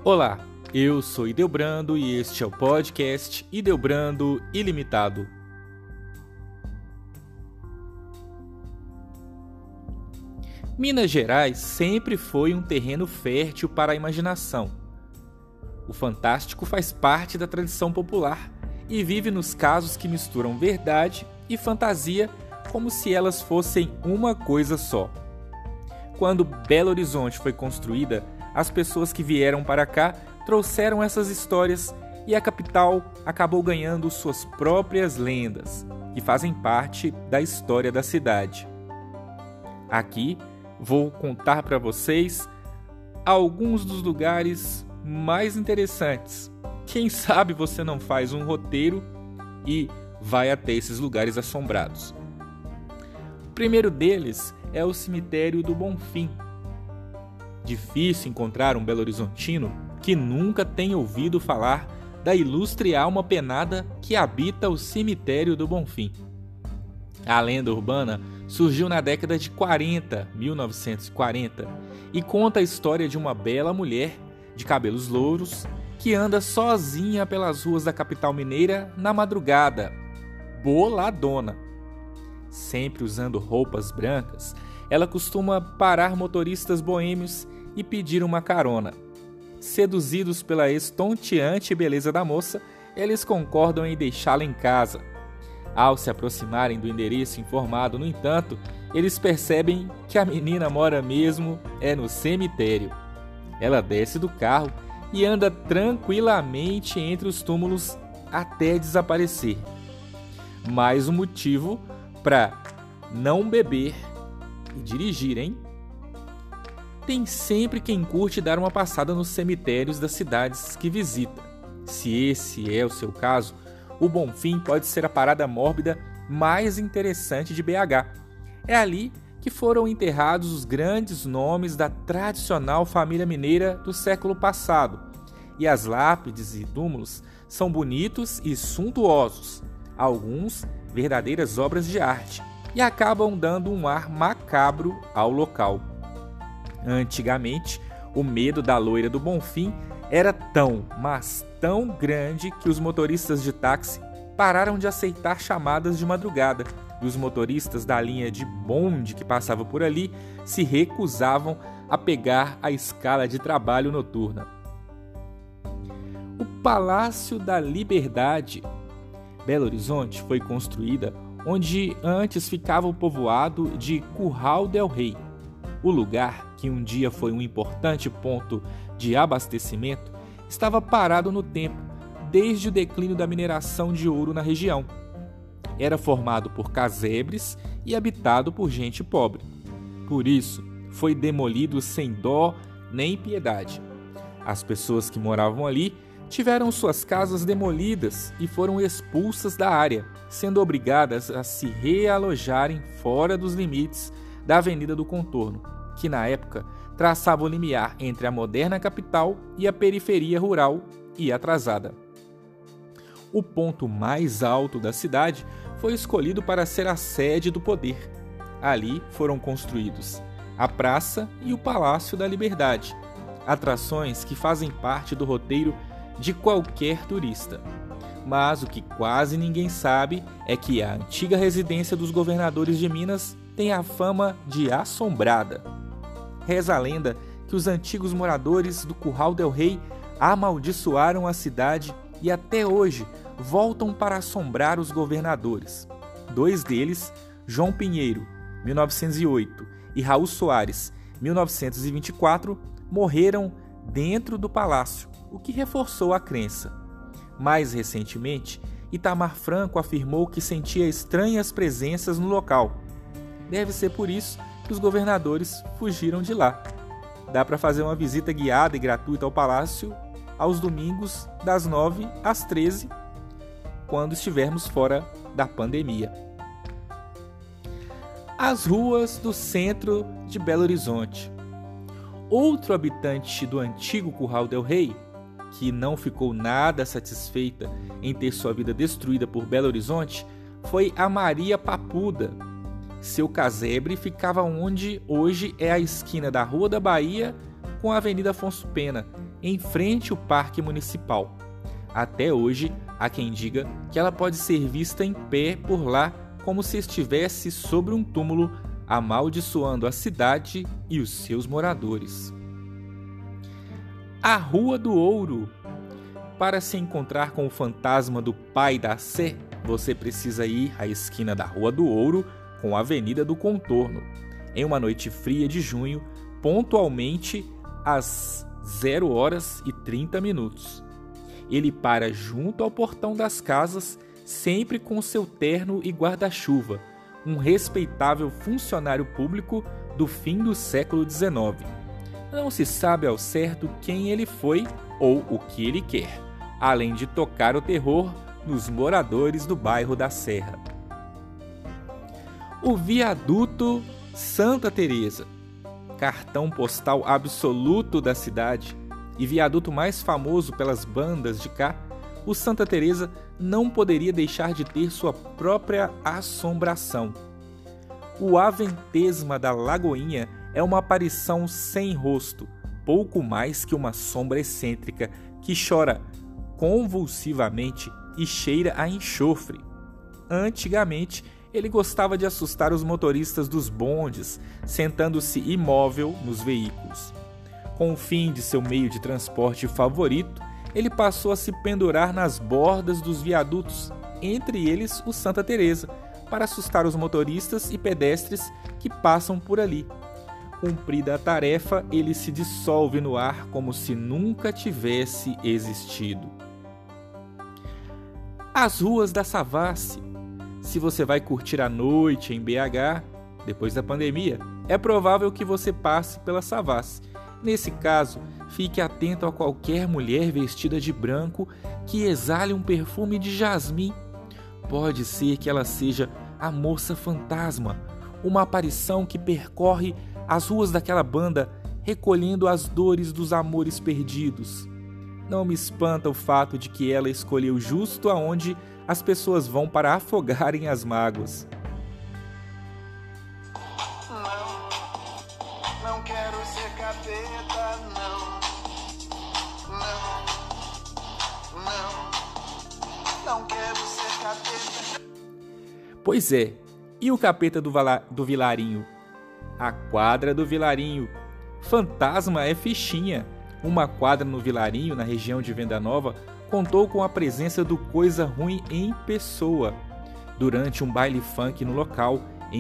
Olá, eu sou Ideobrando e este é o podcast Ideobrando Ilimitado. Minas Gerais sempre foi um terreno fértil para a imaginação. O fantástico faz parte da tradição popular e vive nos casos que misturam verdade e fantasia como se elas fossem uma coisa só. Quando Belo Horizonte foi construída, as pessoas que vieram para cá trouxeram essas histórias e a capital acabou ganhando suas próprias lendas, que fazem parte da história da cidade. Aqui vou contar para vocês alguns dos lugares mais interessantes. Quem sabe você não faz um roteiro e vai até esses lugares assombrados. O primeiro deles é o cemitério do Bonfim. Difícil encontrar um belo-horizontino que nunca tenha ouvido falar da ilustre alma penada que habita o cemitério do Bonfim. A lenda urbana surgiu na década de 1940, e conta a história de uma bela mulher de cabelos louros que anda sozinha pelas ruas da capital mineira na madrugada, boladona. Sempre usando roupas brancas, ela costuma parar motoristas boêmios e pedir uma carona. Seduzidos pela estonteante beleza da moça, eles concordam em deixá-la em casa. Ao se aproximarem do endereço informado, no entanto, eles percebem que a menina mora mesmo no cemitério. Ela desce do carro e anda tranquilamente entre os túmulos até desaparecer. Mais um motivo para não beber e dirigir, hein? Tem sempre quem curte dar uma passada nos cemitérios das cidades que visita. Se esse é o seu caso, o Bonfim pode ser a parada mórbida mais interessante de BH. É ali que foram enterrados os grandes nomes da tradicional família mineira do século passado. E as lápides e túmulos são bonitos e suntuosos, alguns verdadeiras obras de arte, e acabam dando um ar macabro ao local. Antigamente, o medo da loira do Bonfim era mas tão grande que os motoristas de táxi pararam de aceitar chamadas de madrugada e os motoristas da linha de bonde que passava por ali se recusavam a pegar a escala de trabalho noturna. O Palácio da Liberdade. Belo Horizonte foi construída onde antes ficava o povoado de Curral del Rei. O lugar, que um dia foi um importante ponto de abastecimento, estava parado no tempo, desde o declínio da mineração de ouro na região. Era formado por casebres e habitado por gente pobre. Por isso, foi demolido sem dó nem piedade. As pessoas que moravam ali tiveram suas casas demolidas e foram expulsas da área, sendo obrigadas a se realojarem fora dos limites da Avenida do Contorno, que na época traçava o limiar entre a moderna capital e a periferia rural e atrasada. O ponto mais alto da cidade foi escolhido para ser a sede do poder. Ali foram construídos a Praça e o Palácio da Liberdade, atrações que fazem parte do roteiro de qualquer turista. Mas o que quase ninguém sabe é que a antiga residência dos governadores de Minas tem a fama de assombrada. Reza a lenda que os antigos moradores do Curral del Rei amaldiçoaram a cidade e até hoje voltam para assombrar os governadores. Dois deles, João Pinheiro, 1908, e Raul Soares, 1924, morreram dentro do palácio, o que reforçou a crença. Mais recentemente, Itamar Franco afirmou que sentia estranhas presenças no local. Deve ser por isso que os governadores fugiram de lá. Dá para fazer uma visita guiada e gratuita ao palácio aos domingos, das 9 às 13, quando estivermos fora da pandemia. As ruas do centro de Belo Horizonte. Outro habitante do antigo Curral del Rei, que não ficou nada satisfeita em ter sua vida destruída por Belo Horizonte, foi a Maria Papuda. Seu casebre ficava onde hoje é a esquina da Rua da Bahia com a Avenida Afonso Pena, em frente ao Parque Municipal. Até hoje, há quem diga que ela pode ser vista em pé por lá como se estivesse sobre um túmulo, amaldiçoando a cidade e os seus moradores. A Rua do Ouro. Para se encontrar com o fantasma do Pai da Sé, você precisa ir à esquina da Rua do Ouro com a Avenida do Contorno, em uma noite fria de junho, pontualmente às 0h30. Ele para junto ao portão das casas, sempre com seu terno e guarda-chuva, um respeitável funcionário público do fim do século XIX. Não se sabe ao certo quem ele foi ou o que ele quer, além de tocar o terror nos moradores do bairro da Serra. O Viaduto Santa Teresa, cartão postal absoluto da cidade e viaduto mais famoso pelas bandas de cá, o Santa Teresa não poderia deixar de ter sua própria assombração. O Aventesma da Lagoinha é uma aparição sem rosto, pouco mais que uma sombra excêntrica que chora convulsivamente e cheira a enxofre. Antigamente, ele gostava de assustar os motoristas dos bondes, sentando-se imóvel nos veículos. Com o fim de seu meio de transporte favorito, ele passou a se pendurar nas bordas dos viadutos, entre eles o Santa Teresa, para assustar os motoristas e pedestres que passam por ali. Cumprida a tarefa, ele se dissolve no ar como se nunca tivesse existido. As ruas da Savassi. Se você vai curtir a noite em BH, depois da pandemia, é provável que você passe pela Savassi. Nesse caso, fique atento a qualquer mulher vestida de branco que exale um perfume de jasmim. Pode ser que ela seja a Moça Fantasma, uma aparição que percorre as ruas daquela banda recolhendo as dores dos amores perdidos. Não me espanta o fato de que ela escolheu justo aonde as pessoas vão para afogarem as mágoas. Não quero ser capeta, não quero ser capeta. Pois é, e o capeta do Vilarinho? A quadra do Vilarinho. Fantasma é fichinha. Uma quadra no Vilarinho, na região de Venda Nova, contou com a presença do Coisa Ruim em pessoa. Durante um baile funk no local, em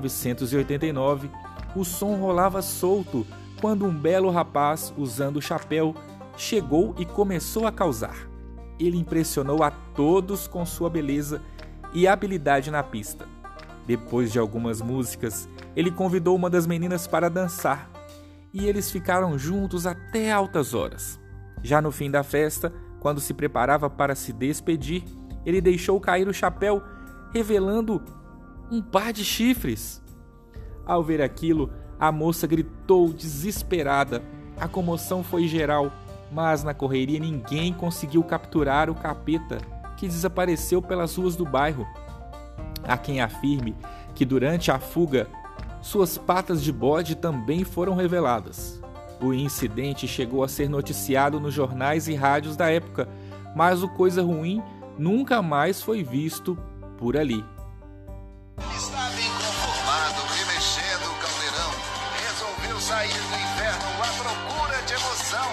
1989, o som rolava solto quando um belo rapaz, usando chapéu, chegou e começou a causar. Ele impressionou a todos com sua beleza e habilidade na pista. Depois de algumas músicas, ele convidou uma das meninas para dançar e eles ficaram juntos até altas horas. Já no fim da festa, quando se preparava para se despedir, ele deixou cair o chapéu, revelando um par de chifres. Ao ver aquilo, a moça gritou desesperada. A comoção foi geral, mas na correria ninguém conseguiu capturar o capeta, que desapareceu pelas ruas do bairro. Há quem afirme que durante a fuga, suas patas de bode também foram reveladas. O incidente chegou a ser noticiado nos jornais e rádios da época, mas o Coisa Ruim nunca mais foi visto por ali. Estava inconformado, remexendo o caldeirão. Resolveu sair do inferno à procura de emoção.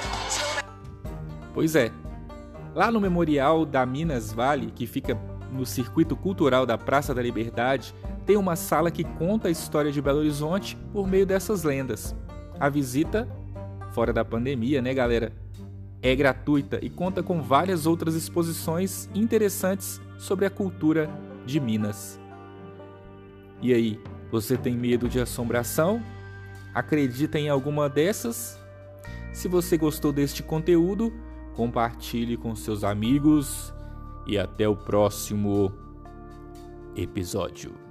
Pois é, lá no Memorial da Minas Vale, que fica no Circuito Cultural da Praça da Liberdade, tem uma sala que conta a história de Belo Horizonte por meio dessas lendas. A visita, fora da pandemia, né, galera, é gratuita e conta com várias outras exposições interessantes sobre a cultura de Minas. E aí, você tem medo de assombração? Acredita em alguma dessas? Se você gostou deste conteúdo, compartilhe com seus amigos e até o próximo episódio.